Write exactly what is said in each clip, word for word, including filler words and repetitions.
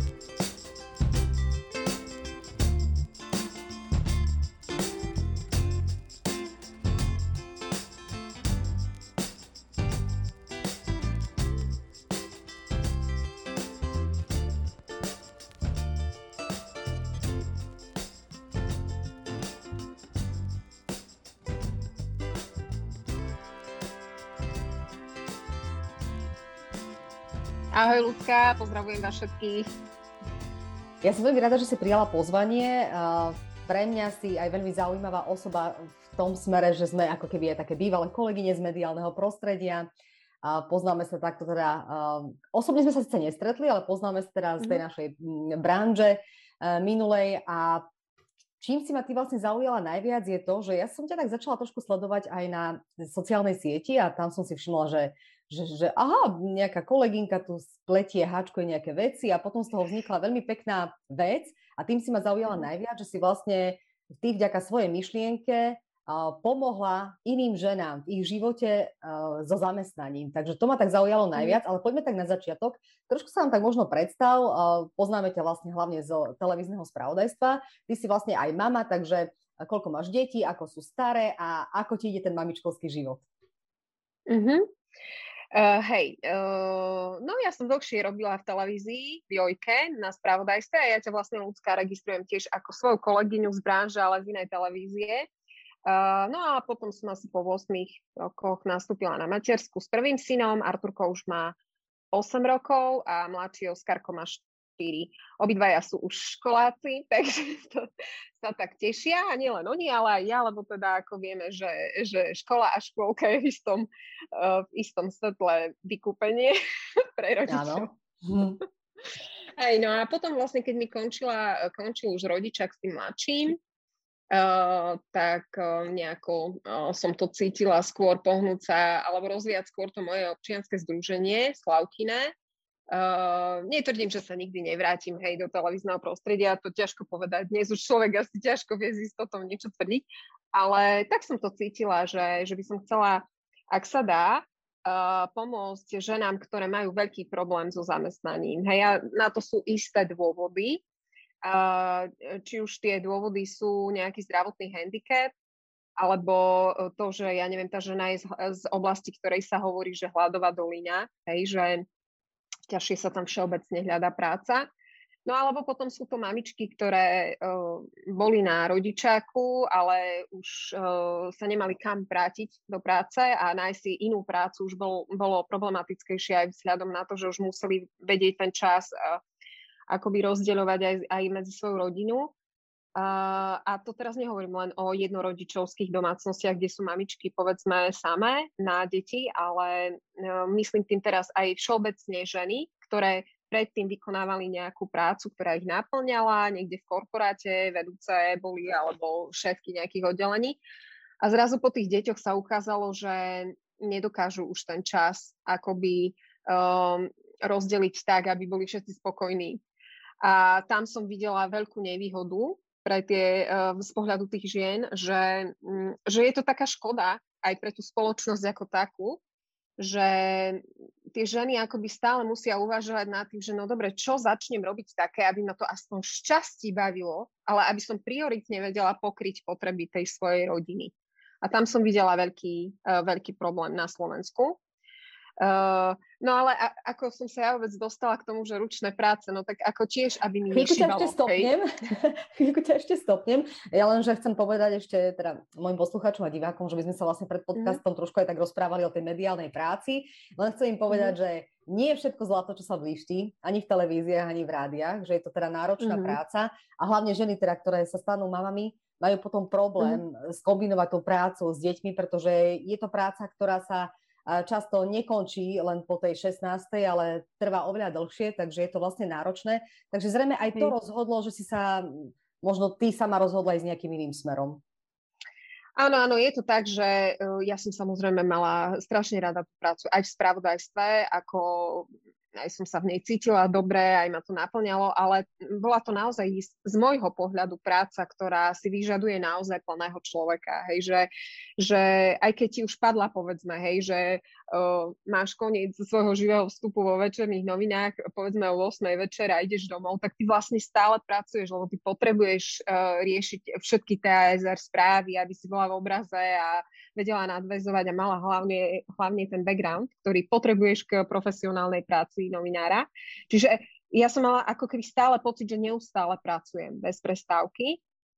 Ahoj Ľudka, pozdravujem vás všetkých. Ja som veľmi rada, že si prijala pozvanie. Pre mňa si aj veľmi zaujímavá osoba v tom smere, že sme ako keby aj také bývalé kolegyne z mediálneho prostredia. Poznáme sa takto teda, osobne sme sa síce nestretli, ale poznáme sa teda z tej našej branže minulej a čím si ma ty vlastne zaujala najviac je to, že ja som ťa tak začala trošku sledovať aj na sociálnej sieti a tam som si všimla, že Že, že aha, nejaká kolegynka tu spletie, háčkuje nejaké veci a potom z toho vznikla veľmi pekná vec a tým si ma zaujala najviac, že si vlastne ty vďaka svojej myšlienke uh, pomohla iným ženám v ich živote uh, so zamestnaním. Takže to ma tak zaujalo najviac, ale poďme tak na začiatok. Trošku sa nám tak možno predstav, uh, poznáme ťa vlastne hlavne zo televízneho spravodajstva. Ty si vlastne aj mama, takže uh, koľko máš detí, ako sú staré a ako ti ide ten mamičkovský život? Mhm. Uh, hej, uh, no ja som dlhšie robila v televízii, v Jojke, na spravodajstve a ja ťa vlastne, Ľudská, registrujem tiež ako svoju kolegyňu z branže, ale z inej televízie. Uh, no a potom som asi po ôsmich rokoch nastúpila na matersku s prvým synom, Arturko už má osem rokov a mladší Oskarko má štyri. Obidvaja sú už školáci, takže to sa tak tešia a nielen oni, ale aj ja, lebo teda ako vieme, že, že škola a škôlka je v istom, uh, v istom svetle vykúpenie pre rodičov. Áno. Aj, no a potom vlastne, keď mi končila, končil už rodičák s tým mladším, uh, tak uh, nejako uh, som to cítila skôr pohnúť sa, alebo rozvíjať skôr to moje občianske združenie, Slavkine. Uh, netvrdím, že sa nikdy nevrátim, hej, do televízneho prostredia, to ťažko povedať. Dnes už človek asi ťažko vie s istotou niečo tvrdiť, ale tak som to cítila, že, že by som chcela, ak sa dá, uh, pomôcť ženám, ktoré majú veľký problém so zamestnaním. Hej, a na to sú isté dôvody. Uh, či už tie dôvody sú nejaký zdravotný handicap, alebo to, že ja neviem, tá žena je z, z oblasti, ktorej sa hovorí, že hladová dolina, hej, že ťažšie sa tam všeobecne hľadá práca. No alebo potom sú to mamičky, ktoré uh, boli na rodičáku, ale už uh, sa nemali kam vrátiť do práce a nájsť si inú prácu už bol, bolo problematickejšie aj vzhľadom na to, že už museli vedieť ten čas uh, akoby rozdeľovať aj, aj medzi svoju rodinu. Uh, a to teraz nehovorím len o jednorodičovských domácnostiach, kde sú mamičky, povedzme, samé na deti, ale uh, myslím tým teraz aj všeobecne ženy, ktoré predtým vykonávali nejakú prácu, ktorá ich naplňala, niekde v korporáte, vedúce boli alebo šéfky nejakých oddelení. A zrazu po tých deťoch sa ukázalo, že nedokážu už ten čas akoby um, rozdeliť tak, aby boli všetci spokojní. A tam som videla veľkú nevýhodu pre tie, uh, z pohľadu tých žien, že, um, že je to taká škoda aj pre tú spoločnosť ako takú, že tie ženy akoby stále musia uvažovať nad tým, že no dobre, čo začnem robiť také, aby ma to aspoň z časti bavilo, ale aby som prioritne vedela pokryť potreby tej svojej rodiny. A tam som videla veľký, uh, veľký problém na Slovensku. Uh, no ale a, ako som sa ja vôbec dostala k tomu, že ručné práce, no tak ako tiež, aby mi Chvíľku nešíbalo. ťa ešte stopnem. Chvíľku ťa ešte stopnem. Ja len, že chcem povedať ešte teda mojim poslucháčom a divákom, že by sme sa vlastne pred podcastom mm. trošku aj tak rozprávali o tej mediálnej práci. Len chcem im povedať, mm. že nie je všetko zlato, čo sa blíšti, ani v televíziách, ani v rádiách, že je to teda náročná mm. práca a hlavne ženy teda, ktoré sa stanú mamami, majú potom problém mm. skombinovať tú prácu s deťmi, pretože je to práca, ktorá sa často nekončí len po tej šestnástej, ale trvá oveľa dlhšie, takže je to vlastne náročné. Takže zrejme aj to Hej. rozhodlo, že si sa, možno ty sama rozhodla aj s nejakým iným smerom. Áno, áno, je to tak, že ja som samozrejme mala strašne rada tú prácu aj v spravodajstve, ako aj som sa v nej cítila dobre, aj ma to naplňalo, ale bola to naozaj z môjho pohľadu práca, ktorá si vyžaduje naozaj plného človeka, hej, že, že aj keď ti už padla, povedzme, hej, že uh, máš koniec svojho živého vstupu vo večerných novinách, povedzme o ôsmej večer a ideš domov, tak ty vlastne stále pracuješ, lebo ty potrebuješ uh, riešiť všetky té á es er správy, aby si bola v obraze a vedela nadväzovať a mala hlavne, hlavne ten background, ktorý potrebuješ k profesionálnej práci novinára. Čiže ja som mala ako keby stále pocit, že neustále pracujem bez prestávky.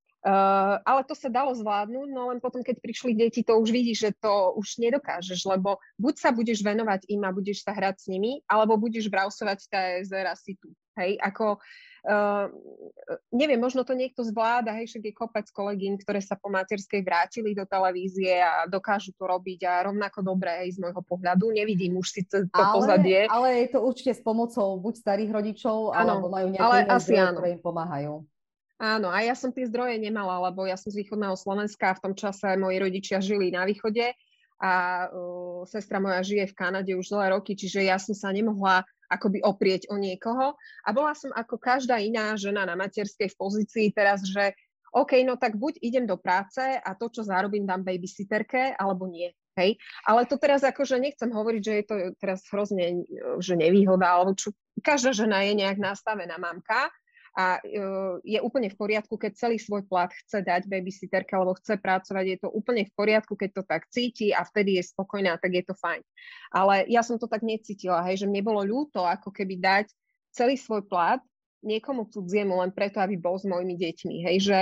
Uh, ale to sa dalo zvládnuť, no len potom, keď prišli deti, to už vidíš, že to už nedokážeš, lebo buď sa budeš venovať im a budeš sa hrať s nimi, alebo budeš browsovať té á es er asi tu. Hej, ako, uh, neviem, možno to niekto zvláda, hej, však je kopec kolegín, ktoré sa po materskej vrátili do televízie a dokážu to robiť a rovnako dobre, hej, z môjho pohľadu. Nevidím už síce to ale, pozadie. Ale je to určite s pomocou buď starých rodičov, ano, alebo majú nejaké iné zdroje, ktoré im pomáhajú. Áno, a ja som tie zdroje nemala, lebo ja som z východného Slovenska a v tom čase moji rodičia žili na východe a uh, sestra moja žije v Kanade už dlhé roky, čiže ja som sa nemohla akoby oprieť o niekoho a bola som ako každá iná žena na materskej v pozícii teraz, že OK, no tak buď idem do práce a to, čo zarobím, dám babysitterke, alebo nie. Hej? Ale to teraz akože nechcem hovoriť, že je to teraz hrozne že nevýhoda, alebo čo, každá žena je nejak nastavená mamka. A uh, je úplne v poriadku, keď celý svoj plat chce dať babysitterke, alebo chce pracovať, je to úplne v poriadku, keď to tak cíti a vtedy je spokojná, tak je to fajn. Ale ja som to tak necítila, hej, že mne bolo ľúto, ako keby dať celý svoj plat niekomu cudziemu len preto, aby bol s mojimi deťmi. Hej, že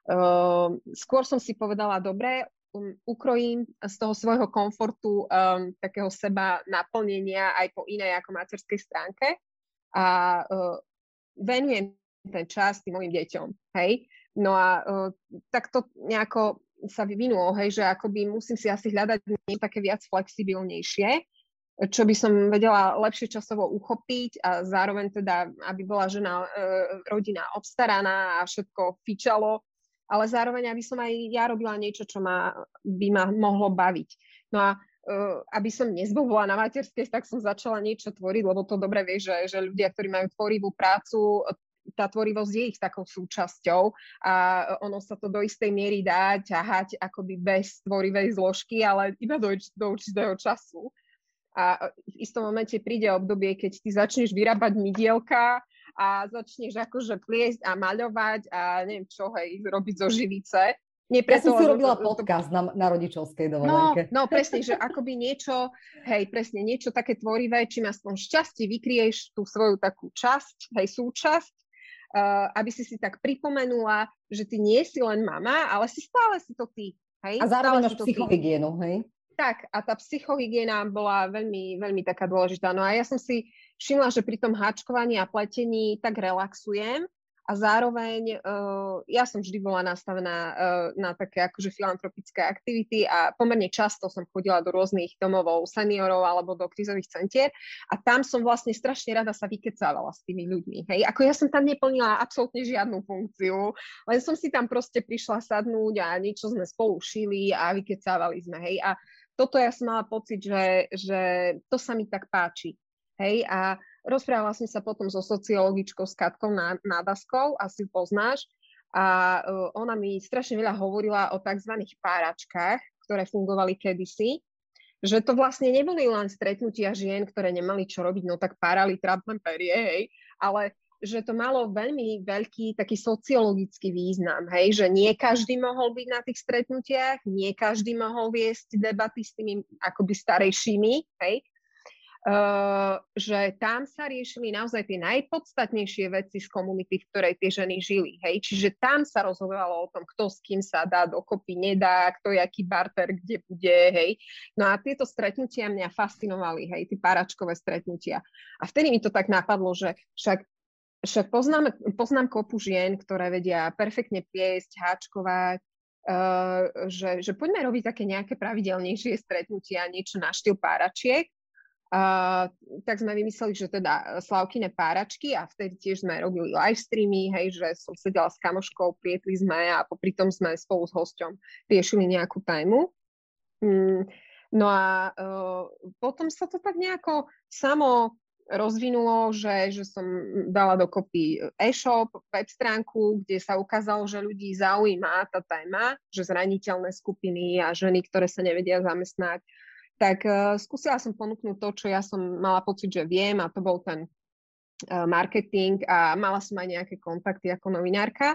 uh, skôr som si povedala, dobre, um, ukrojím z toho svojho komfortu um, takého seba naplnenia aj po inej ako materskej stránke a uh, venujem ten čas tým mojim deťom, hej. No a uh, tak to nejako sa vyvinulo, hej, že akoby musím si asi hľadať také viac flexibilnejšie, čo by som vedela lepšie časovo uchopiť a zároveň teda, aby bola žena, uh, rodina obstaraná a všetko fičalo, ale zároveň, aby som aj ja robila niečo, čo ma, by ma mohlo baviť. No a Uh, aby som nezbohla na materskej, tak som začala niečo tvoriť, lebo to dobre vie, že, že ľudia, ktorí majú tvorivú prácu, tá tvorivosť je ich takou súčasťou a ono sa to do istej miery dá ťahať akoby bez tvorivej zložky, ale iba do, do určitého času. A v istom momente príde obdobie, keď ty začneš vyrábať mydielka a začneš akože pliesť a maľovať a neviem čo, hej, robiť zo živice. Nie, ja som si robila to, podcast to... na, na rodičovskej dovolenke. No, no, presne, že akoby niečo, hej, presne, niečo také tvorivé, čím aspoň šťastie vykrieš tú svoju takú časť, hej, súčasť, uh, aby si si tak pripomenula, že ty nie si len mama, ale si stále si to ty, hej. A zároveň máš psychohygienu, hej. Tak, a tá psychohygiena bola veľmi, veľmi taká dôležitá. No a ja som si všimla, že pri tom háčkovaní a pletení tak relaxujem, a zároveň uh, ja som vždy bola nastavená uh, na také akože filantropické aktivity a pomerne často som chodila do rôznych domovov seniorov alebo do krízových centier a tam som vlastne strašne rada sa vykecávala s tými ľuďmi. Hej. Ako ja som tam neplnila absolútne žiadnu funkciu, len som si tam proste prišla sadnúť a niečo sme spolu šili a vykecávali sme. Hej. A toto ja som mala pocit, že, že to sa mi tak páči. Hej. A rozprávala som sa potom so sociologičkou s Katkou Nádaskou, asi poznáš, a uh, ona mi strašne veľa hovorila o tzv. Páračkách, ktoré fungovali kedysi, že to vlastne neboli len stretnutia žien, ktoré nemali čo robiť, no tak párali trápne perie, hej, ale že to malo veľmi veľký taký sociologický význam, hej, že nie každý mohol byť na tých stretnutiach, nie každý mohol viesť debaty s tými akoby starejšími, hej, Uh, že tam sa riešili naozaj tie najpodstatnejšie veci z komunity, v ktorej tie ženy žili. Hej? Čiže tam sa rozhodovalo o tom, kto s kým sa dá dokopy, nedá, kto jaký barter, kde bude. Hej? No a tieto stretnutia mňa fascinovali, hej, tie páračkové stretnutia. A vtedy mi to tak napadlo, že však, však poznám, poznám kopu žien, ktoré vedia perfektne pliesť, háčkovať, uh, že, že poďme robiť také nejaké pravidelnejšie stretnutia, niečo na štýl páračiek. Uh, tak sme vymysleli, že teda Slavkine páračky a vtedy tiež sme robili live streamy, hej, že som sedela s kamoškou, plietli sme a popri tom sme spolu s hosťom riešili nejakú tému. Mm, no a uh, potom sa to tak nejako samo rozvinulo, že, že som dala dokopy e-shop, web stránku, kde sa ukázalo, že ľudí zaujíma tá téma, že zraniteľné skupiny a ženy, ktoré sa nevedia zamestnať, tak uh, skúsila som ponúknuť to, čo ja som mala pocit, že viem, a to bol ten uh, marketing a mala som aj nejaké kontakty ako novinárka.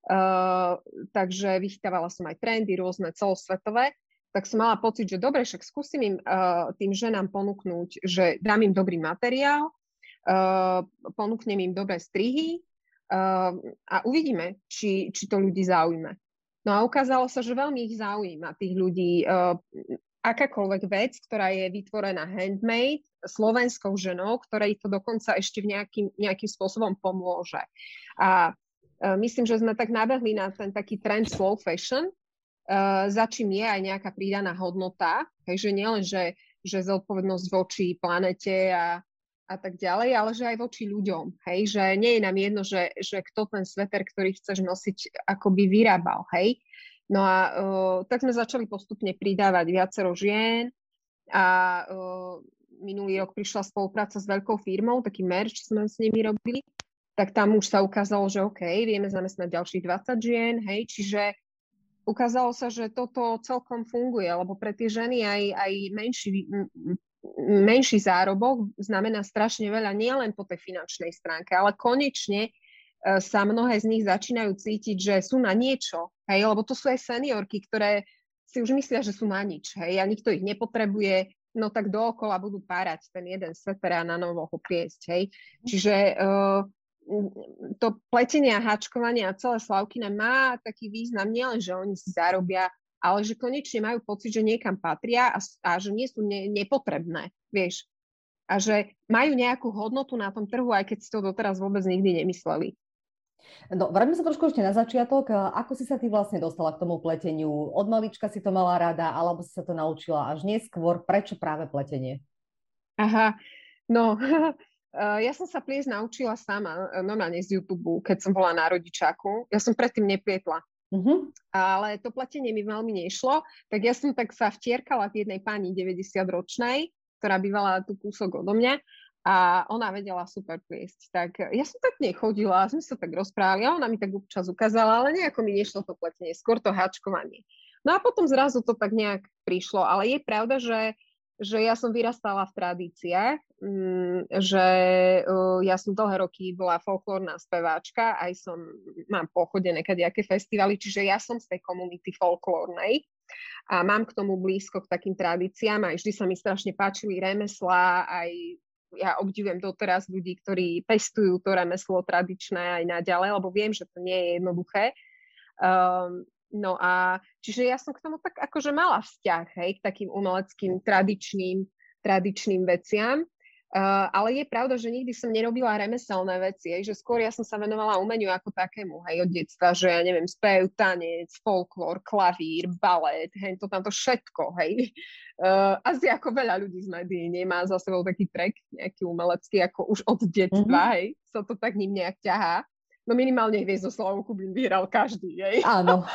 Uh, takže vychytávala som aj trendy rôzne celosvetové, tak som mala pocit, že dobre, však skúsim im uh, tým ženám ponúknuť, že dám im dobrý materiál, uh, ponúknem im dobré strihy uh, a uvidíme, či, či to ľudí zaujme. No a ukázalo sa, že veľmi ich zaujíma tých ľudí. Uh, akákoľvek vec, ktorá je vytvorená handmade, slovenskou ženou, ktorej to dokonca ešte v nejakým, nejakým spôsobom pomôže. A uh, myslím, že sme tak nabehli na ten taký trend slow fashion, uh, za čím je aj nejaká pridaná hodnota, hej, že nielen, že, že zodpovednosť voči planete a, a tak ďalej, ale že aj voči ľuďom, hej, že nie je nám jedno, že, že kto ten sveter, ktorý chceš nosiť, akoby vyrábal, hej. No a uh, tak sme začali postupne pridávať viacero žien a uh, minulý rok prišla spolupráca s veľkou firmou, taký merch sme s nimi robili, tak tam už sa ukázalo, že OK, vieme zamestnať ďalších dvadsať žien, hej, čiže ukázalo sa, že toto celkom funguje, lebo pre tie ženy aj, aj menší, menší zárobok znamená strašne veľa, nielen po tej finančnej stránke, ale konečne sa mnohé z nich začínajú cítiť, že sú na niečo, hej, lebo to sú aj seniorky, ktoré si už myslia, že sú na nič, hej, a nikto ich nepotrebuje, no tak dookola budú párať ten jeden sveter a na novo ho pliesť, hej. Čiže uh, to pletenie a háčkovanie a celé Slavkina má taký význam, nielen, že oni si zarobia, ale že konečne majú pocit, že niekam patria a, a že nie sú ne, nepotrebné, vieš. A že majú nejakú hodnotu na tom trhu, aj keď si to doteraz vôbec nikdy nemysleli. No, vráťme sa trošku ešte na začiatok. Ako si sa ty vlastne dostala k tomu pleteniu? Od malička si to mala rada, alebo si sa to naučila až neskôr? Prečo práve pletenie? Aha, no, ja som sa pliesť naučila sama, normálne z YouTube, keď som bola na rodičáku. Ja som predtým neplietla. Uh-huh. Ale to pletenie mi veľmi nešlo, tak ja som tak sa vtierkala k jednej pani deväťdesiatročnej, ktorá bývala tu kúsok odo mňa. A ona vedela super pliesť. Tak ja som tak nechodila, sme sa tak rozprávali a ona mi tak občas ukázala, ale nejako mi nešlo to pletenie, skôr to háčkovanie. No a potom zrazu to tak nejak prišlo, ale je pravda, že, že ja som vyrastala v tradíciách, že ja som dlhé roky bola folklórna speváčka, aj som, mám pochodené kadejaké festivaly, čiže ja som z tej komunity folklórnej. A mám k tomu blízko k takým tradíciám a vždy sa mi strašne páčili remeslá, aj ja obdivujem doteraz ľudí, ktorí pestujú to remeslo tradičné aj naďalej, lebo viem, že to nie je jednoduché. Um, no a čiže ja som k tomu tak akože mala vzťah, hej, k takým umeleckým tradičným, tradičným veciam. Uh, ale je pravda, že nikdy som nerobila remeselné veci, hej, že skôr ja som sa venovala umeniu ako takému, hej, od detstva, že ja neviem, spev, tanec, folklór, klavír, balet, hej, to tamto všetko, hej. Uh, asi ako veľa ľudí z médií nemá za sebou taký track nejaký umelecký, ako už od detstva, mm-hmm. hej, sa to tak ním nejak ťahá. No minimálne Hviezdoslavu Kubín vyhral každý, hej. Áno.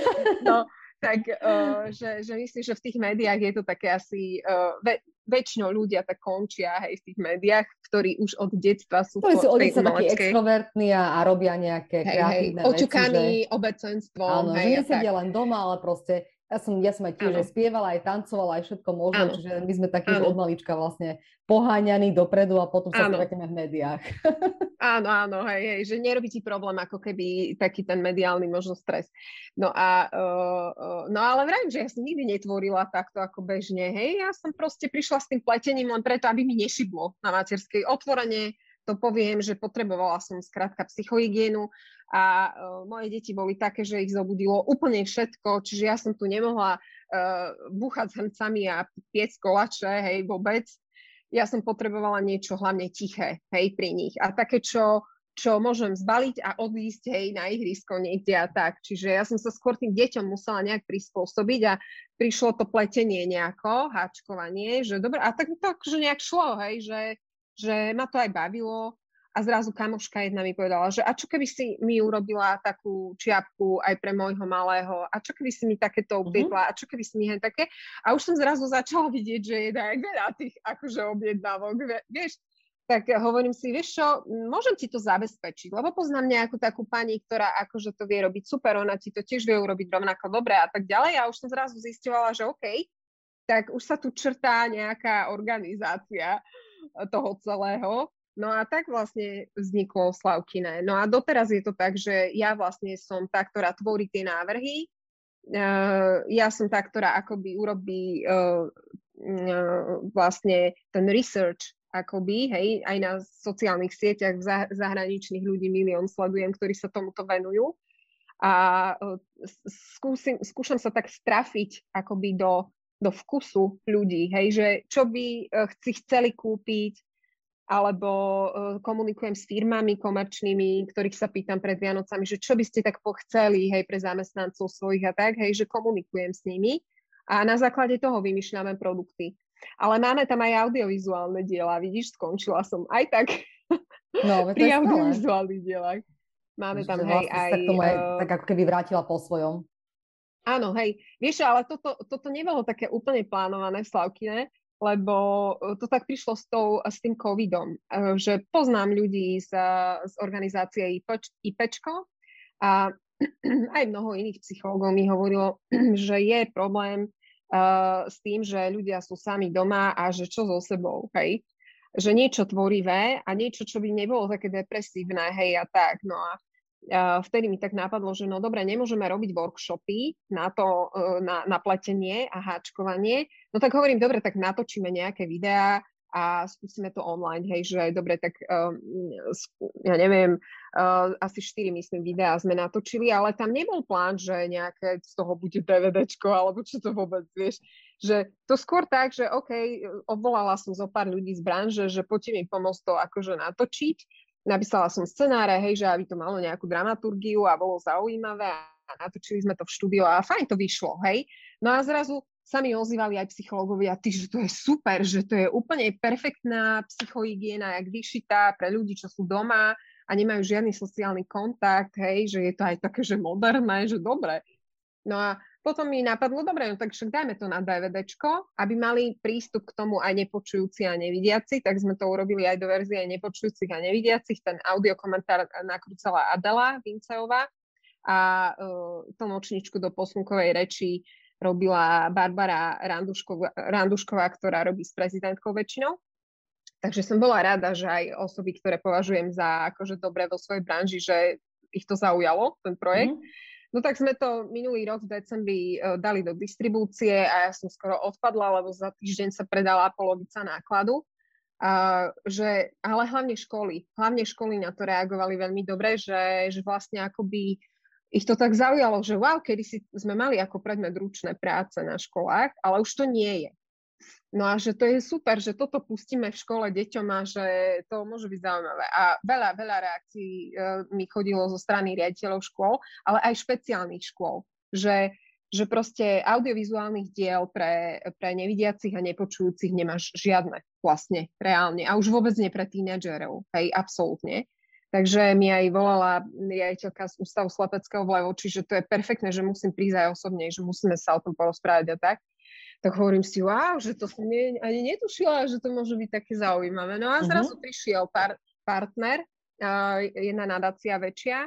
No, tak, uh, že, že myslím, že v tých médiách je to také asi... Uh, ve- väčšinou ľudia tak končia, hej, v tých médiách, ktorí už od detstva sú to po sú tej umeleckej. Takí extrovertní a, a robia nejaké hej, kreatívne hej, oťukaný veci. Že... obecenstvom. Áno, hej, že nesedia len doma, ale proste ja som, ja som aj tiež aj spievala, aj tancovala, aj všetko možné, áno. Čiže my sme takí už od malička vlastne poháňaní dopredu a potom sa stretneme v médiách. Áno, áno, hej, hej, že nerobí ti problém ako keby taký ten mediálny možno stres. No a, uh, uh, no ale vrajím, že ja som nikdy netvorila takto ako bežne, hej, ja som proste prišla s tým pletením len preto, aby mi nešiblo na materskej. Otvorene to poviem, že potrebovala som skrátka psychohygienu a uh, moje deti boli také, že ich zobudilo úplne všetko, čiže ja som tu nemohla uh, búchať s hrncami a piec kolače, hej, vôbec. Ja som potrebovala niečo hlavne tiché, hej, pri nich. A také, čo, čo môžem zbaliť a odísť, hej, na ihrisko niekde a tak. Čiže ja som sa skôr tým deťom musela nejak prispôsobiť a prišlo to pletenie nejako, háčkovanie, že dobre, a tak to akože nejak šlo, hej, že, že ma to aj bavilo. A zrazu kamoška jedna mi povedala, že a čo keby si mi urobila takú čiapku aj pre môjho malého, a čo keby si mi takéto upietla, mm-hmm. a čo keby si mi hen také. A už som zrazu začala vidieť, že je tak veľa tých akože objednávok, vieš. Tak hovorím si, vieš čo, môžem ti to zabezpečiť, lebo poznám nejakú takú pani, ktorá akože to vie robiť super, ona ti to tiež vie urobiť rovnako dobre a tak ďalej. A už som zrazu zisťovala, že OK, tak už sa tu črtá nejaká organizácia toho celého. No a tak vlastne vzniklo Slavkine. No a doteraz je to tak, že ja vlastne som tá, ktorá tvorí tie návrhy. Uh, ja som tá, ktorá akoby urobí uh, uh, vlastne ten research akoby, hej, aj na sociálnych sieťach v zahraničných ľudí milión sledujem, ktorí sa tomuto venujú. A uh, skúsim, skúšam sa tak strafiť akoby do, do vkusu ľudí, hej, že čo by uh, si chceli kúpiť, alebo uh, komunikujem s firmami komerčnými, ktorých sa pýtam pred Vianocami, že čo by ste tak pochceli, hej, pre zamestnancov svojich a tak, hej, že komunikujem s nimi a na základe toho vymýšľame produkty. Ale máme tam aj audiovizuálne diela, vidíš, skončila som aj tak no, pri audiovizuálnych dielach. Máme tam, hej, vlastne aj... Sa k tomu aj, uh, tak ako keby vrátila po svojom. Áno, hej, vieš, ale toto, toto nebolo také úplne plánované v Slavkine, lebo to tak prišlo s, tou, s tým covidom, že poznám ľudí z, z organizácie IPčko a aj mnoho iných psychológov mi hovorilo, že je problém uh, s tým, že ľudia sú sami doma a že čo so sebou, hej. Že niečo tvorivé a niečo, čo by nebolo také depresívne, hej, a tak. No a uh, vtedy mi tak napadlo, že no dobre, nemôžeme robiť workshopy na to, uh, na, na pletenie a háčkovanie. No tak hovorím, dobre, tak natočíme nejaké videá a skúsime to online, hej, že dobre, tak um, ja neviem, uh, asi štyri, myslím, videá sme natočili, ale tam nebol plán, že nejaké z toho bude DVDčko, alebo čo to vôbec, vieš, že to skôr tak, že OK, obvolala som zo pár ľudí z branže, že poďte mi pomôcť to akože natočiť, napísala som scenáre, hej, že aby to malo nejakú dramaturgiu a bolo zaujímavé a natočili sme to v štúdiu a fajn to vyšlo, hej, no a zrazu sa mi ozývali aj psychológovia, ty, že to je super, že to je úplne perfektná psychohygiena, jak vyšitá pre ľudí, čo sú doma a nemajú žiadny sociálny kontakt, hej, že je to aj také, že moderné, že dobre. No a potom mi napadlo, dobre, no tak však dajme to na DVDčko, aby mali prístup k tomu aj nepočujúci a nevidiaci, tak sme to urobili aj do verzie nepočujúcich a nevidiacich. Ten audiokomentár nakrúcala Adela Vinceová a uh, tlmočničku do posunkovej reči robila Barbara Randušková, Randušková, ktorá robí s prezidentkou väčšinou. Takže som bola rada, že aj osoby, ktoré považujem za akože dobré vo svojej branži, že ich to zaujalo, ten projekt. Mm. No tak sme to minulý rok v decembri uh, dali do distribúcie a ja som skoro odpadla, lebo za týždeň sa predala polovica nákladu. Uh, že, ale hlavne školy. Hlavne školy na to reagovali veľmi dobre, že, že vlastne akoby ich to tak zaujalo, že wow, kedysi sme mali ako predmet ručné práce na školách, ale už to nie je. No a že to je super, že toto pustíme v škole deťom a že to môže byť zaujímavé. A veľa, veľa reakcií e, mi chodilo zo strany riaditeľov škôl, ale aj špeciálnych škôl, že, že proste audiovizuálnych diel pre, pre nevidiacich a nepočujúcich nemáš žiadne vlastne reálne. A už vôbec nie pre tínedžerov, hej, absolútne. Takže mi aj volala riaditeľka z Ústavu slepeckého v Levoči, že to je perfektné, že musím prísť aj osobne, že musíme sa o tom porozprávať a tak. Tak hovorím si, wow, že to som nie, ani netušila, že to môže byť také zaujímavé. No a zrazu uh-huh. prišiel par, partner, uh, jedna nadácia väčšia,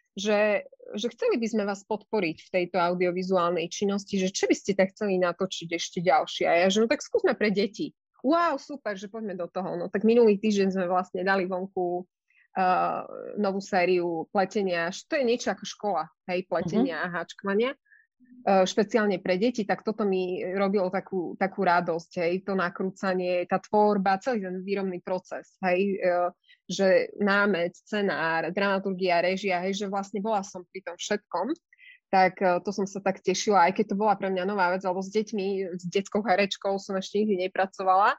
že, že chceli by sme vás podporiť v tejto audiovizuálnej činnosti, že čo by ste tak chceli natočiť ešte ďalšie. A ja, že no tak skúsme pre deti. Wow, super, že poďme do toho. No tak minulý týždeň sme vlastne dali vonku Uh, novú sériu pletenia, to je niečo ako škola, hej, pletenia uh-huh. a háčkovania, uh, špeciálne pre deti, tak toto mi robilo takú, takú radosť, hej, to nakrúcanie, tá tvorba, celý ten výrobný proces, hej, uh, že námet, scenár, dramaturgia, režia, hej, že vlastne bola som pri tom všetkom, tak uh, to som sa tak tešila, aj keď to bola pre mňa nová vec, lebo s deťmi, s detskou herečkou som ešte nikdy nepracovala.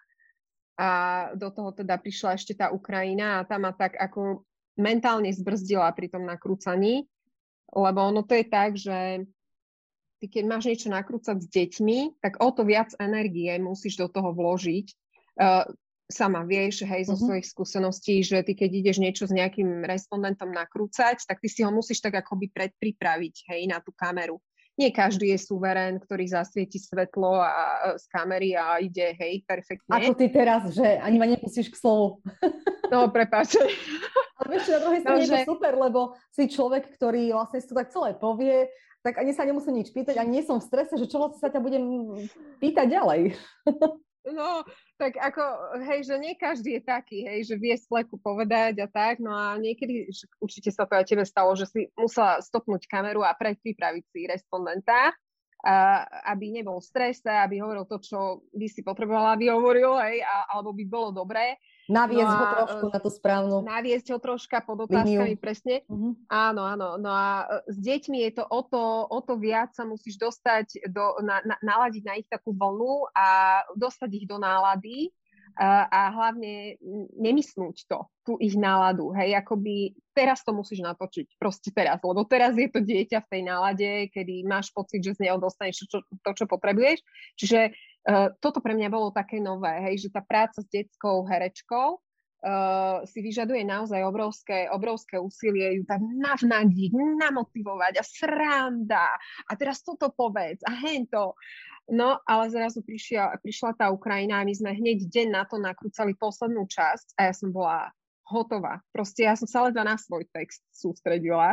A do toho teda prišla ešte tá Ukrajina a tá ma tak ako mentálne zbrzdila pri tom nakrúcaní, lebo ono to je tak, že ty keď máš niečo nakrúcať s deťmi, tak o to viac energie musíš do toho vložiť. Uh, sama vieš, hej, zo uh-huh. svojich skúseností, že ty keď ideš niečo s nejakým respondentom nakrúcať, tak ty si ho musíš tak akoby predpripraviť, hej, na tú kameru. Nie každý je suverén, ktorý zasvieti svetlo a, a z kamery a ide, hej, perfektne. Ako ty teraz, že ani ma nepustíš k slovu. No, prepáč. Ale vieš, na druhej strane no, je že... to super, lebo si človek, ktorý vlastne si to tak celé povie, tak ani sa nemusím nič pýtať, ani nie som v strese, že čo vlastne sa ťa budem pýtať ďalej. No, tak ako, hej, že nie každý je taký, hej, že vie z fleku povedať a tak, no a niekedy, určite sa to aj tebe stalo, že si musela stopnúť kameru a predpripraviť si respondenta, a, aby nebol v strese, aby hovoril to, čo by si potrebovala, aby hovoril, hej, a, alebo by bolo dobré. Naviesť no ho trošku na tú správnu. Naviesť ho troška pod otázkami, liniu. presne. Uh-huh. Áno, áno. No a s deťmi je to o to, o to viac sa musíš dostať, do, na, na, naladiť na ich takú vlnu a dostať ich do nálady a, a hlavne nemysnúť to, tú ich náladu. Hej, akoby teraz to musíš natočiť. Proste teraz, lebo teraz je to dieťa v tej nálade, kedy máš pocit, že z neho dostaneš to, to, čo potrebuješ. Čiže Uh, toto pre mňa bolo také nové, hej, že tá práca s detskou herečkou uh, si vyžaduje naozaj obrovské, obrovské úsilie ju tak navnadiť, namotivovať a sranda a teraz toto povedz a hento. No, ale zrazu prišla, prišla tá Ukrajina a my sme hneď deň na to nakrúcali poslednú časť a ja som bola hotová. Proste ja som sa ledva na svoj text sústredila.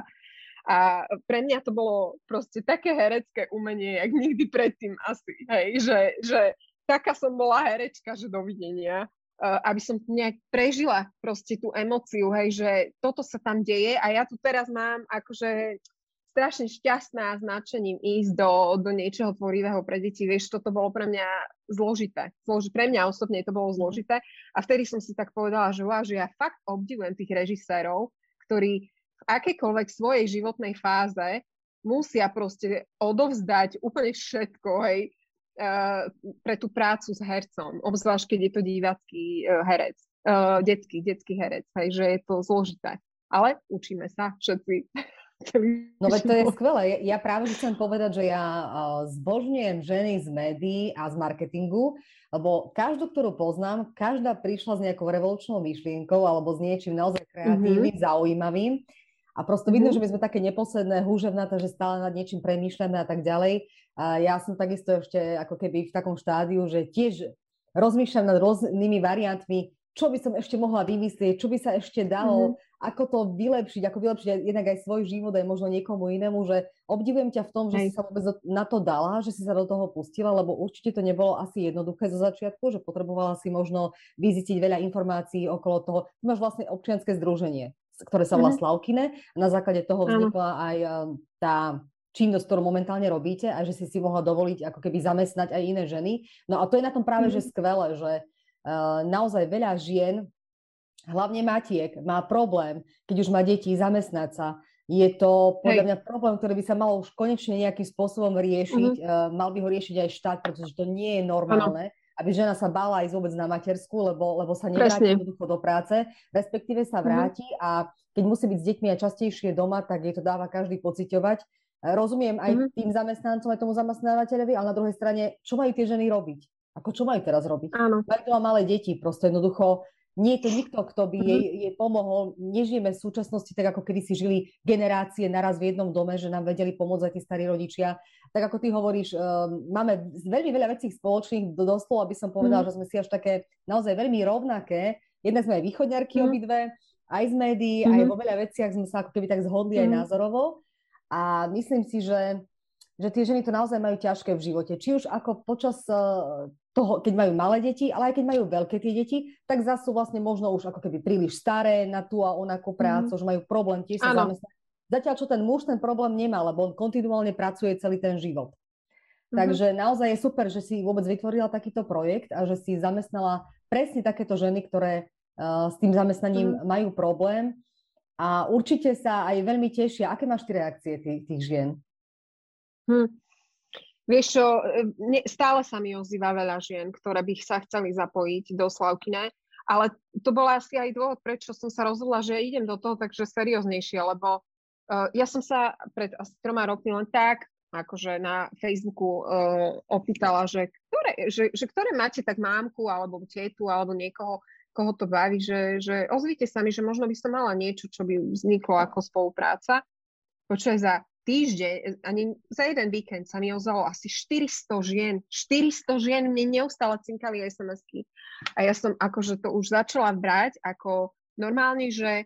A pre mňa to bolo proste také herecké umenie, jak nikdy predtým asi, hej, že, že taká som bola herečka, že dovidenia, uh, aby som nejak prežila proste tú emóciu, hej, že toto sa tam deje a ja tu teraz mám akože strašne šťastná s nadšením ísť do, do niečoho tvorivého pre deti, vieš, toto bolo pre mňa zložité, Zloži, pre mňa osobne to bolo zložité a vtedy som si tak povedala, že, wow, že ja fakt obdivujem tých režisérov, ktorí v akejkoľvek svojej životnej fáze musia proste odovzdať úplne všetko, hej, uh, pre tú prácu s hercom, obzvlášť, keď je to divácky uh, herec, uh, detský, detský herec, hej, že je to zložité. Ale učíme sa všetci. No veď to je skvelé. Ja práve chcem povedať, že ja uh, zbožňujem ženy z médií a z marketingu, lebo každú, ktorú poznám, každá prišla s nejakou revolučnou myšlienkou alebo s niečím naozaj kreatívnym, mm-hmm. zaujímavým. A prosto vidno, mm-hmm. že my sme také neposledné, húževnaté, že stále nad niečím premýšľame a tak ďalej. A ja som takisto ešte ako keby v takom štádiu, že tiež rozmýšľam nad rôznymi variantmi, čo by som ešte mohla vymyslieť, čo by sa ešte dalo, mm-hmm. ako to vylepšiť, ako vylepšiť jednak aj svoj život, aj možno niekomu inému, že obdivujem ťa v tom, že Hej. si sa vôbec na to dala, že si sa do toho pustila, lebo určite to nebolo asi jednoduché zo začiatku, že potrebovala si možno vyzistiť veľa informácií okolo toho. Máš vlastne občianske združenie, ktoré sa volá mm-hmm. Slavkine. Na základe toho vznikla aj tá činnosť, ktorú momentálne robíte a že si si mohla dovoliť ako keby zamestnať aj iné ženy. No a to je na tom práve, mm-hmm. že skvelé, že uh, naozaj veľa žien, hlavne matiek, má problém, keď už má deti, zamestnať sa. Je to podľa Hej. mňa problém, ktorý by sa mal už konečne nejakým spôsobom riešiť. Mm-hmm. Uh, mal by ho riešiť aj štát, pretože to nie je normálne. Ano. Aby žena sa bála ísť vôbec na matersku, lebo, lebo sa nevráti jednoducho do práce, respektíve sa vráti mm-hmm. a keď musí byť s deťmi aj častejšie doma, tak jej to dáva každý pociťovať. Rozumiem aj mm-hmm. tým zamestnancom, aj tomu zamestnávateľovi, ale na druhej strane, čo majú tie ženy robiť? Ako čo majú teraz robiť? Áno. Majú doma malé deti, proste jednoducho nie je to nikto, kto by mm-hmm. jej, jej pomohol. Nežijeme v súčasnosti tak, ako kedy si žili generácie naraz v jednom dome, že nám vedeli pomôcť aj tí starí rodičia. Tak ako ty hovoríš, um, máme veľmi veľa vecí spoločných, doslova by som povedala, mm-hmm. že sme si až také naozaj veľmi rovnaké. Jednak sme aj východňarky mm-hmm. obidve, aj z médií, mm-hmm. aj vo veľa veciach sme sa ako keby tak zhodli mm-hmm. aj názorovo. A myslím si, že, že tie ženy to naozaj majú ťažké v živote. Či už ako počas uh, toho, keď majú malé deti, ale aj keď majú veľké tie deti, tak zase sú vlastne možno už ako keby príliš staré na tú a onakú prácu, mm-hmm. že majú problém tiež sa zamestnať. Zatiaľ, čo ten muž ten problém nemá, lebo on kontinuálne pracuje celý ten život. Mm-hmm. Takže naozaj je super, že si vôbec vytvorila takýto projekt a že si zamestnala presne takéto ženy, ktoré uh, s tým zamestnaním mm-hmm. majú problém. A určite sa aj veľmi tešia. Aké máš ty reakcie tých, tých žien? Hm. Vieš čo, ne, stále sa mi ozýva veľa žien, ktoré by sa chceli zapojiť do Slavkine, ale to bol asi aj dôvod, prečo som sa rozhodla, že idem do toho takže serióznejšie, lebo uh, ja som sa pred asi troma rokmi len tak, akože na Facebooku uh, opýtala, že ktoré, že, že ktoré máte tak mámku, alebo tetu, alebo niekoho, koho to baví, že, že ozvite sa mi, že možno by som mala niečo, čo by vzniklo ako spolupráca. Počuaj, za týždeň, ani za jeden víkend sa mi ozvalo asi štyristo žien. štyristo žien mne neustále cinkali es em esky. A ja som akože to už začala brať ako normálne, že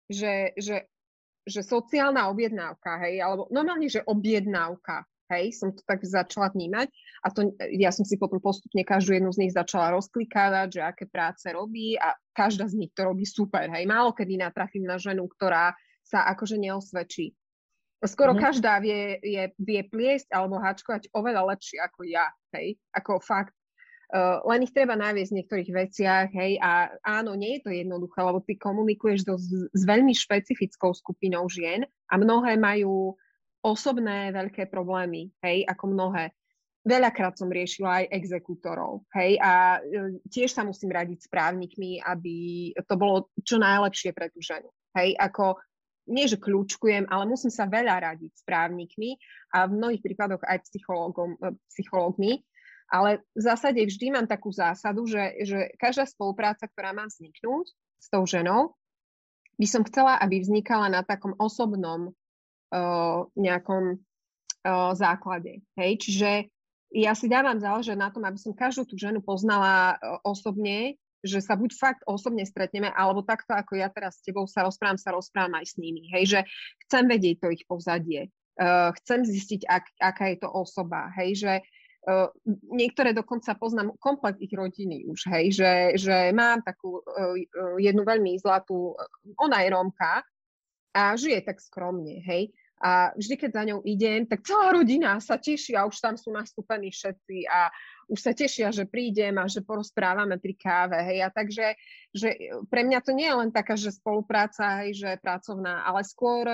že, že, že sociálna objednávka, hej, alebo normálne, že objednávka, hej, som to tak začala vnímať a to, ja som si potom postupne každú jednu z nich začala rozklikávať, že aké práce robí a každá z nich to robí super, hej. Málo kedy natrafím na ženu, ktorá sa akože neosvedčí. Skoro mm-hmm. každá vie, je, vie pliesť alebo háčkovať oveľa lepšie ako ja, hej, ako fakt. Uh, len ich treba nájsť v niektorých veciach, hej, a áno, nie je to jednoduché, lebo ty komunikuješ do, s, s veľmi špecifickou skupinou žien a mnohé majú osobné veľké problémy, hej, ako mnohé. Veľakrát som riešila aj exekútorov, hej, a e, tiež sa musím radiť s právnikmi, aby to bolo čo najlepšie pre tú ženu, hej, ako nie, že kľúčkujem, ale musím sa veľa radiť s právnikmi a v mnohých prípadoch aj psychológom, psychológmi, ale v zásade vždy mám takú zásadu, že, že každá spolupráca, ktorá má vzniknúť s tou ženou, by som chcela, aby vznikala na takom osobnom Uh, nejakom uh, základe. Hej? Čiže ja si dávam záležať na tom, aby som každú tú ženu poznala uh, osobne, že sa buď fakt osobne stretneme, alebo takto, ako ja teraz s tebou sa rozprávam, sa rozprávam aj s nimi. Hej? Že chcem vedieť to ich povzadie. Uh, chcem zistiť, ak, aká je to osoba. Hej? Že uh, niektoré dokonca poznám komplet ich rodiny už. Hej? Že, že mám takú uh, jednu veľmi zlatú, uh, ona je Rómka a žije tak skromne, hej. A vždy, keď za ňou idem, tak celá rodina sa teší a už tam sú nastúpení všetci a už sa tešia, že prídem a že porozprávame pri káve, hej. A takže že pre mňa to nie je len taká, že spolupráca, hej, že pracovná, ale skôr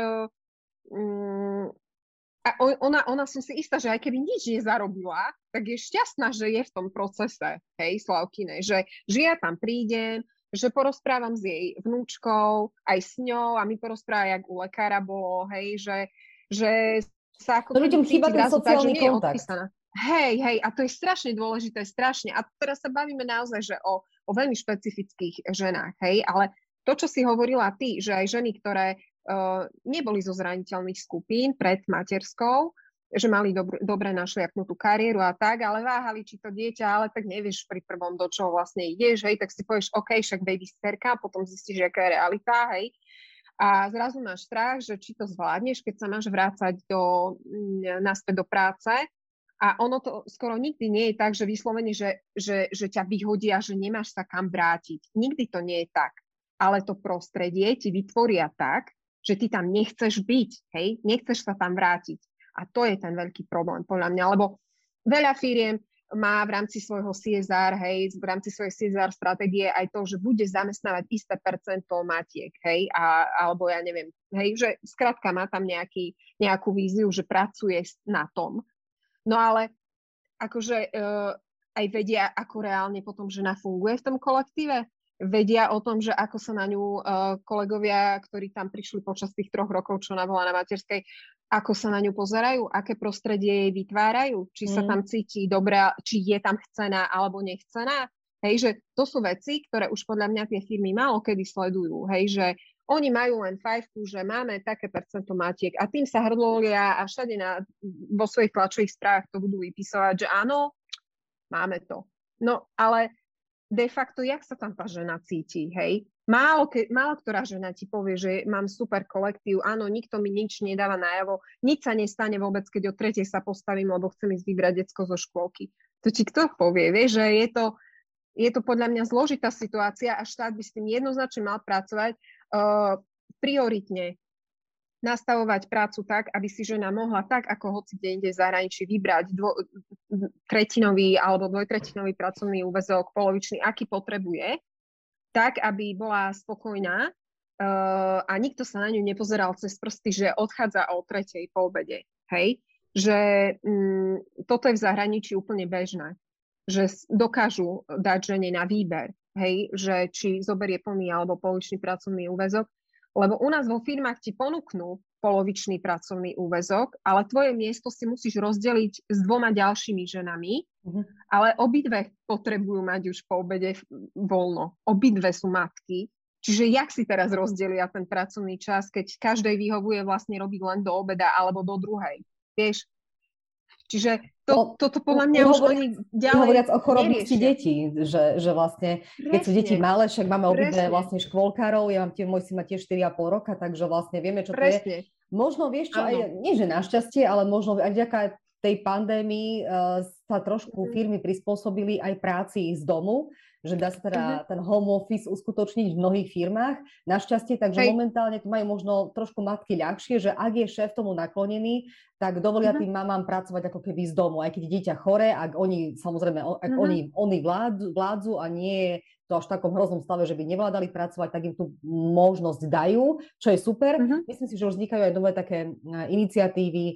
um, a ona, ona som si istá, že aj keby nič nezarobila, tak je šťastná, že je v tom procese, hej, Slavkine, že, že ja tam prídem, že porozprávam s jej vnúčkou, aj s ňou a mi porozpráva, jak u lekára bolo, hej, že, že sa ako... Ľuďom chýba ten sociálny tak, kontakt. Hej, hej, a to je strašne dôležité, strašne. A teraz sa bavíme naozaj, že o, o veľmi špecifických ženách, hej, ale to, čo si hovorila ty, že aj ženy, ktoré uh, neboli zo zraniteľných skupín pred materskou, že mali dobr- dobre našliapnutú kariéru a tak, ale váhali, či to dieťa, ale tak nevieš pri prvom, do čoho vlastne ideš, hej, tak si povieš, OK, však babysitterka, potom zistíš, aká je realita, hej. A zrazu máš strach, že či to zvládneš, keď sa máš vrácať do, naspäť do práce. A ono to skoro nikdy nie je tak, že vyslovene, že, že, že ťa vyhodia, že nemáš sa kam vrátiť. Nikdy to nie je tak. Ale to prostredie ti vytvoria tak, že ty tam nechceš byť, hej, nechceš sa tam vrátiť. A to je ten veľký problém, podľa mňa, lebo veľa firiem má v rámci svojho C S R, hej, v rámci svojej C S R stratégie aj to, že bude zamestnávať isté percento matiek, hej, a, alebo ja neviem, hej, že skrátka má tam nejaký, nejakú víziu, že pracuje na tom. No ale akože e, aj vedia, ako reálne potom žena funguje v tom kolektíve, vedia o tom, že ako sa na ňu e, kolegovia, ktorí tam prišli počas tých troch rokov, čo ona bola na materskej, ako sa na ňu pozerajú, aké prostredie jej vytvárajú, či mm. sa tam cíti dobrá, či je tam chcená alebo nechcená. Hej, že to sú veci, ktoré už podľa mňa tie firmy málo kedy sledujú. Hej, že oni majú len fajfku, že máme také percento matiek a tým sa hrdlolia a všade na, vo svojich tlačových správach to budú vypisovať, že áno, máme to. No, ale de facto, jak sa tam tá žena cíti, hej? Málo, ke, málo ktorá žena ti povie, že mám super kolektív, áno, nikto mi nič nedáva najavo, nič sa nestane vôbec, keď o tretej sa postavím, lebo chcem ísť vybrať decko zo škôlky. To ti kto povie, vieš, že je to, je to podľa mňa zložitá situácia a štát by s tým jednoznačne mal pracovať uh, prioritne nastavovať prácu tak, aby si žena mohla tak, ako hoci kde inde v zahraničí vybrať dvo, tretinový alebo dvojtretinový pracovný úväzok, polovičný, aký potrebuje, tak, aby bola spokojná uh, a nikto sa na ňu nepozeral cez prsty, že odchádza o tretej po obede. Hej? Že um, toto je v zahraničí úplne bežné. Že dokážu dať žene na výber, hej? Že či zoberie plný alebo polovičný pracovný úväzok. Lebo u nás vo firmách ti ponúknú polovičný pracovný úväzok, ale tvoje miesto si musíš rozdeliť s dvoma ďalšími ženami, uh-huh. ale obidve potrebujú mať už po obede voľno. Obidve sú matky. Čiže jak si teraz rozdelia ten pracovný čas, keď každej vyhovuje vlastne robiť len do obeda alebo do druhej. Vieš? Čiže to, toto podľa mňa už oni ďalej hovoriac o chorobnosti neriešia. detí, že, že vlastne, presne, keď sú deti malé, však máme obidve vlastne škôlkárov, ja mám tie, môj si má tiež štyri a pol roka, takže vlastne vieme, čo presne. To je. Možno, vieš čo, aj, nie že našťastie, ale možno aj vďaka tej pandémii uh, sa trošku firmy prispôsobili aj práci z domu, že dá sa teda uh-huh. ten home office uskutočniť v mnohých firmách. Našťastie, takže Hej. momentálne to majú možno trošku matky ľahšie, že ak je šéf tomu naklonený, tak dovolia uh-huh. tým mamám pracovať ako keby z domu, aj keď je dieťa chore, ak oni, samozrejme, ak uh-huh. oni, oni vládzu, vládzu a nie je to až v takom hroznom stave, že by nevládali pracovať, tak im tú možnosť dajú, čo je super. Uh-huh. Myslím si, že už vznikajú aj nové také iniciatívy,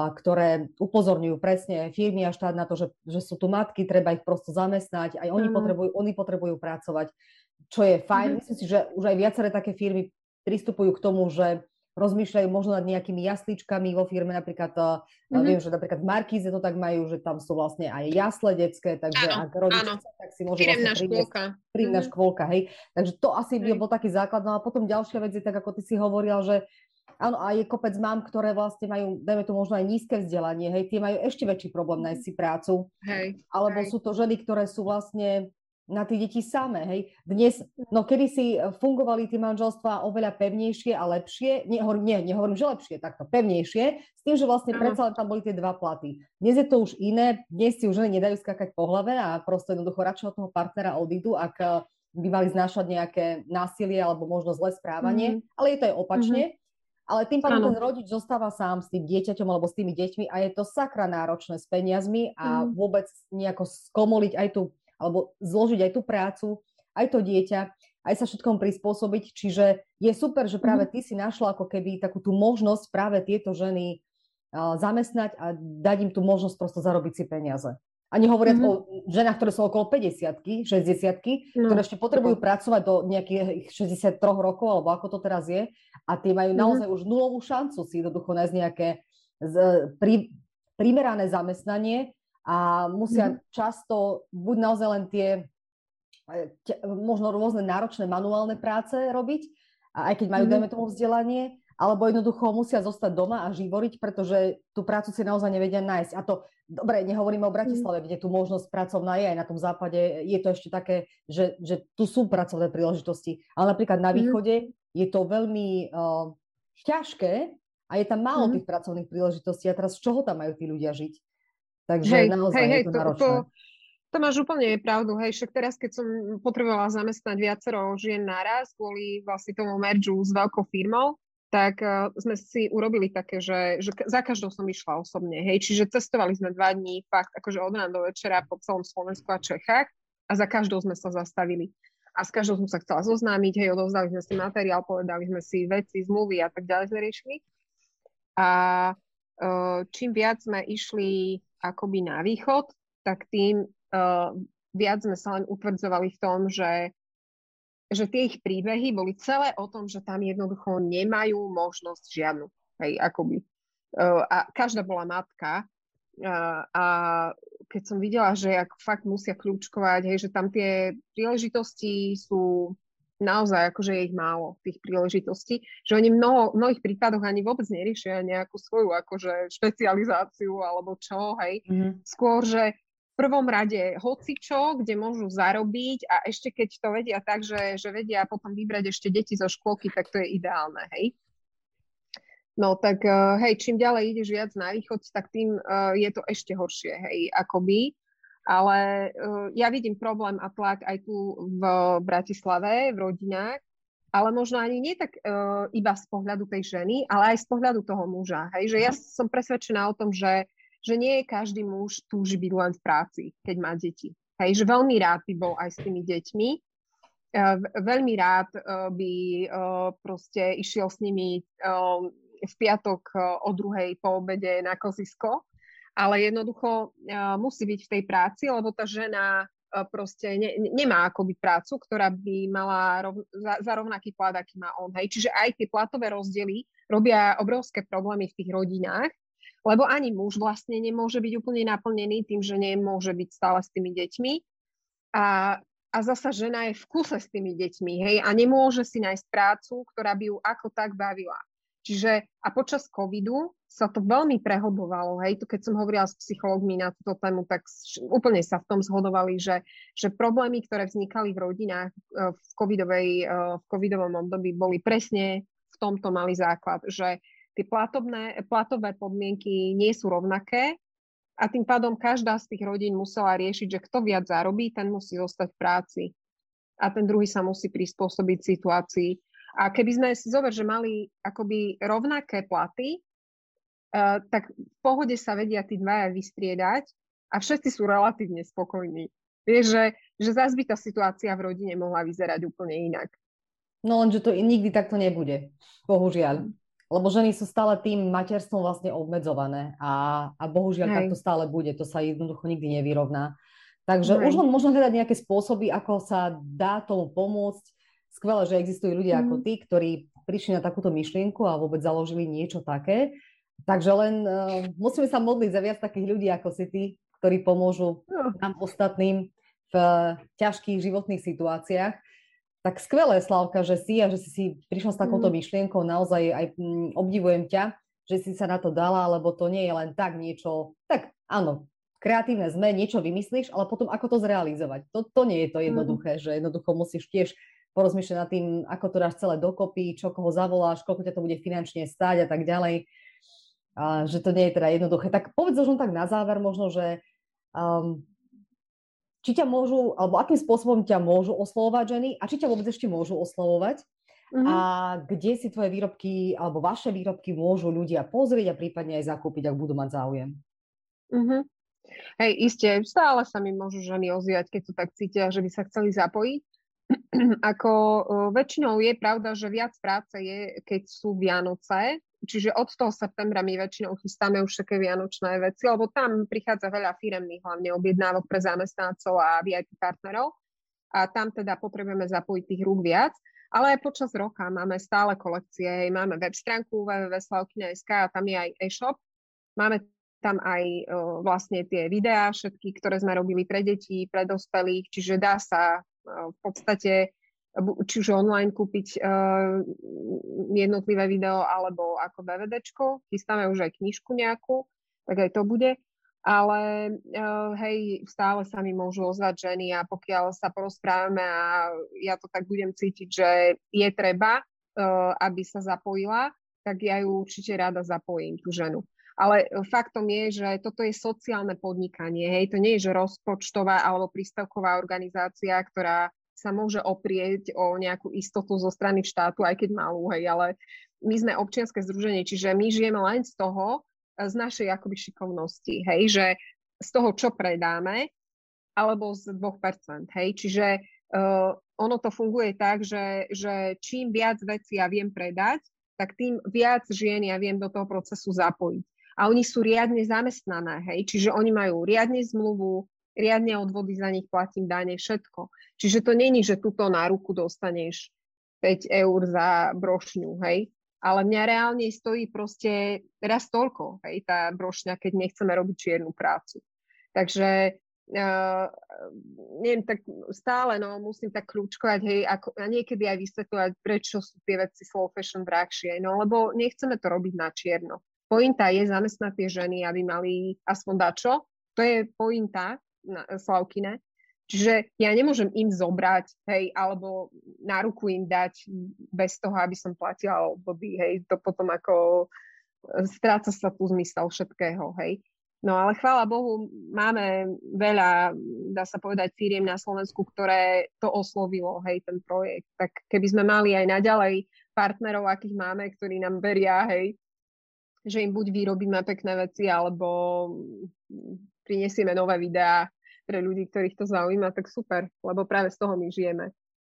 ktoré upozorňujú presne firmy a štát na to, že, že sú tu matky, treba ich prosto zamestnať, aj oni, uh-huh. potrebujú, oni potrebujú pracovať, čo je fajn. Uh-huh. Myslím si, že už aj viaceré také firmy pristupujú k tomu, že rozmýšľajú možno nad nejakými jasličkami vo firme, napríklad, mm-hmm. viem, že napríklad v Markíze to tak majú, že tam sú vlastne aj jasle detské, takže áno, ak rodič chce, tak si môže vlastne priniesť príjemná mm-hmm. škôlka, hej. Takže to asi by bol taký základ. No a potom ďalšia vec je, tak ako ty si hovoril, že áno, a je kopec mám, ktoré vlastne majú, dajme to možno aj nízke vzdelanie, hej, tie majú ešte väčší problém nájsť si prácu. Hej. Alebo hej. sú to ženy, ktoré sú vlastne na tie deti samé, hej. Dnes, no kedysi fungovali tie manželstvá oveľa pevnejšie a lepšie, nie, nie, nehovorím, že lepšie, takto pevnejšie, s tým, že vlastne predsa len tam boli tie dva platy. Dnes je to už iné, dnes si už ženy nedajú skakať po hlave a proste jednoducho radšej od toho partnera odídu, ak by mali znášať nejaké násilie alebo možno zlé správanie, mm-hmm. ale je to aj opačne. Mm-hmm. Ale tým pádom ten rodič zostáva sám s tým dieťaťom alebo s tými deťmi a je to sakra náročné s peniazmi a mm-hmm. vôbec nejako skomoliť aj tú alebo zložiť aj tú prácu, aj to dieťa, aj sa všetkom prispôsobiť. Čiže je super, že práve ty si našla ako keby takú tú možnosť práve tieto ženy uh, zamestnať a dať im tú možnosť prosto zarobiť si peniaze. A nehovoriac mm-hmm. o ženách, ktoré sú okolo päťdesiatky, šesťdesiatky, no. ktoré ešte potrebujú pracovať do nejakých šesťdesiattri rokov, alebo ako to teraz je, a tie majú mm-hmm. naozaj už nulovú šancu si jednoducho nájsť nejaké z, pri, primerané zamestnanie, a musia mm-hmm. často buď naozaj len tie možno rôzne náročné manuálne práce robiť, a aj keď majú, mm-hmm. dajme tomu, vzdelanie, alebo jednoducho musia zostať doma a živoriť, pretože tú prácu si naozaj nevedia nájsť. A to, dobre, nehovoríme o Bratislave, kde tu možnosť pracovná je, aj na tom západe je to ešte také, že, že tu sú pracovné príležitosti. Ale napríklad na východe mm-hmm. je to veľmi uh, ťažké a je tam málo mm-hmm. tých pracovných príležitostí. A teraz z čoho tam majú tí ľudia žiť? Takže hej, naozaj hej, je to, to náročné. To, to máš úplne pravdu. Hej, však teraz, keď som potrebovala zamestnať viacero žien naraz kvôli vlastne tomu mergeu s veľkou firmou, tak uh, sme si urobili také, že, že za každou som išla osobne. Hej, čiže cestovali sme dva dní, fakt akože od rána do večera po celom Slovensku a Čechách a za každou sme sa zastavili. A s každou som sa chcela zoznámiť, hej, odovzdali sme si materiál, povedali sme si veci, zmluvy a tak ďalej sme riešili. A uh, čím viac sme išli akoby na východ, tak tým uh, viac sme sa len utvrdzovali v tom, že, že tie ich príbehy boli celé o tom, že tam jednoducho nemajú možnosť žiadnu. Hej, akoby. Uh, a každá bola matka. Uh, a keď som videla, že ak fakt musia kľúčkovať, hej, že tam tie príležitosti sú naozaj, akože je ich málo, tých príležitostí, že oni v mnoho, mnohých prípadoch ani vôbec neriešia nejakú svoju akože špecializáciu alebo čo, hej. Mm-hmm. Skôr, že v prvom rade hocičo, kde môžu zarobiť a ešte keď to vedia tak, že, že vedia potom vybrať ešte deti zo škôlky, tak to je ideálne, hej. No tak, hej, čím ďalej ideš viac na východ, tak tým uh, je to ešte horšie, hej, akoby. Ale uh, ja vidím problém a tlak aj tu v Bratislave, v rodinách, ale možno ani nie tak uh, iba z pohľadu tej ženy, ale aj z pohľadu toho muža. Hej? Že ja som presvedčená o tom, že, že nie každý muž túži byť len v práci, keď má deti. Hej? Že veľmi rád by bol aj s tými deťmi. Uh, veľmi rád uh, by uh, proste išiel s nimi uh, v piatok uh, o druhej po obede na kozisko. Ale jednoducho uh, musí byť v tej práci, lebo tá žena uh, proste ne, nemá akoby prácu, ktorá by mala rov, za, za rovnaký plat, aký má on. Hej. Čiže aj tie platové rozdiely robia obrovské problémy v tých rodinách, lebo ani muž vlastne nemôže byť úplne naplnený tým, že nemôže byť stále s tými deťmi. A, a zasa žena je v kuse s tými deťmi, hej, a nemôže si nájsť prácu, ktorá by ju ako tak bavila. Čiže a počas covidu sa to veľmi prehlbovalo, hej, to keď som hovorila s psychológmi na túto tému, tak úplne sa v tom zhodovali, že, že problémy, ktoré vznikali v rodinách v, covidovej, v covidovom období, boli presne v tomto mali základ, že tie platobné, platové podmienky nie sú rovnaké a tým pádom každá z tých rodín musela riešiť, že kto viac zarobí, ten musí zostať v práci a ten druhý sa musí prispôsobiť situácii. A keby sme si zober, že mali akoby rovnaké platy, uh, tak v pohode sa vedia tí dvaja vystriedať a všetci sú relatívne spokojní. Vieš, že, že zás by tá situácia v rodine mohla vyzerať úplne inak. No lenže to nikdy takto nebude, bohužiaľ. Lebo ženy sú stále tým materstvom vlastne obmedzované a, a bohužiaľ Hej. takto stále bude. To sa jednoducho nikdy nevyrovná. Takže Hej. už len možno hľadať nejaké spôsoby, ako sa dá tomu pomôcť. Skvelé, že existujú ľudia mm. ako ty, ktorí prišli na takúto myšlienku a vôbec založili niečo také. Takže len uh, musíme sa modliť za viac takých ľudí ako si ty, ktorí pomôžu no. nám ostatným v uh, ťažkých životných situáciách. Tak skvelé, Slávka, že si a že si si prišla s takouto mm. myšlienkou. Naozaj aj mm, obdivujem ťa, že si sa na to dala, lebo to nie je len tak niečo, tak áno, kreatívne sme, niečo vymyslíš, ale potom ako to zrealizovať. To, to nie je to jednoduché, mm. že jednoducho musíš tiež porozmýšľať nad tým, ako to dáš celé dokopy, čo koho zavoláš, koľko ťa to bude finančne stáť a tak ďalej. A že to nie je teda jednoduché. Tak povedz už tak na záver možno, že um, či ťa môžu, alebo akým spôsobom ťa môžu oslovovať ženy a či ťa vôbec ešte môžu oslovovať mm-hmm. a kde si tvoje výrobky alebo vaše výrobky môžu ľudia pozrieť a prípadne aj zakúpiť, ak budú mať záujem. Mm-hmm. Hej, iste, stále sa mi môžu ženy ozývať, keď to tak cítia, že by sa chceli zapojiť. Ako väčšinou je pravda, že viac práce je, keď sú Vianoce, čiže od toho septembra my väčšinou chystáme už také vianočné veci, lebo tam prichádza veľa firemných hlavne objednávok pre zamestnancov a vé í pé partnerov a tam teda potrebujeme zapojiť tých rúk viac, ale aj počas roka máme stále kolekcie, máme web stránku w w w bodka slavkina bodka es ká a tam je aj e-shop, máme tam aj o, vlastne tie videá všetky, ktoré sme robili pre deti, pre dospelých, čiže dá sa v podstate či už online kúpiť uh, jednotlivé video alebo ako dé vé déčko. Chystáme už aj knižku nejakú, tak aj to bude. Ale uh, hej, stále sa mi môžu ozvať ženy a pokiaľ sa porozprávame a ja to tak budem cítiť, že je treba, uh, aby sa zapojila, tak ja ju určite rada zapojím, tú ženu. Ale faktom je, že toto je sociálne podnikanie, hej, to nie je, že rozpočtová alebo príspevková organizácia, ktorá sa môže oprieť o nejakú istotu zo strany štátu, aj keď malú, hej, ale my sme občianske združenie, čiže my žijeme len z toho, z našej akoby šikovnosti, hej, že z toho, čo predáme, alebo z dvoch percent, hej, čiže uh, ono to funguje tak, že, že čím viac vecí ja viem predať, tak tým viac žien ja viem do toho procesu zapojiť. A oni sú riadne zamestnané, hej, čiže oni majú riadne zmluvu, riadne odvody za nich platím dane, všetko. Čiže to není, že tuto na ruku dostaneš päť eur za brošňu, hej, ale mňa reálne stojí proste raz toľko, hej, tá brošňa, keď nechceme robiť čiernu prácu. Takže uh, neviem, tak stále, no, musím tak kľúčkovať, hej, ako, a niekedy aj vysvetľovať, prečo sú tie veci slow fashion drahšie, no, lebo nechceme to robiť na čierno. Pointa je zamestnať tie ženy, aby mali aspoň dačo. To je pointa na Slavkine. Čiže ja nemôžem im zobrať, hej, alebo na ruku im dať bez toho, aby som platila období, hej. To potom ako stráca sa tu zmysel všetkého, hej. No ale chvála Bohu, máme veľa, dá sa povedať, firiem na Slovensku, ktoré to oslovilo, hej, ten projekt. Tak keby sme mali aj naďalej partnerov, akých máme, ktorí nám veria, hej, že im buď vyrobíme pekné veci, alebo prinesieme nové videá pre ľudí, ktorých to zaujíma, tak super, lebo práve z toho my žijeme.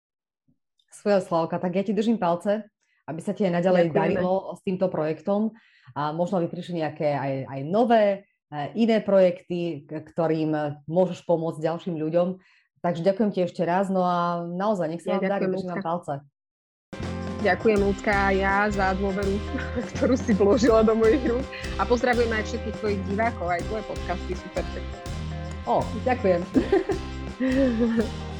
Skvelá, Slavka, tak ja ti držím palce, aby sa ti aj naďalej darilo s týmto projektom a možno by prišli nejaké aj, aj nové, iné projekty, ktorým môžeš pomôcť ďalším ľuďom. Takže ďakujem ti ešte raz, no a naozaj, nech sa vám darí, držím vám palce. Ďakujem, Ľudka, a ja za dôveru, ktorú si vložila do mojich rúk. A pozdravujem aj všetkých tvojich divákov, aj tvoje podcasty, super. Ó, ďakujem.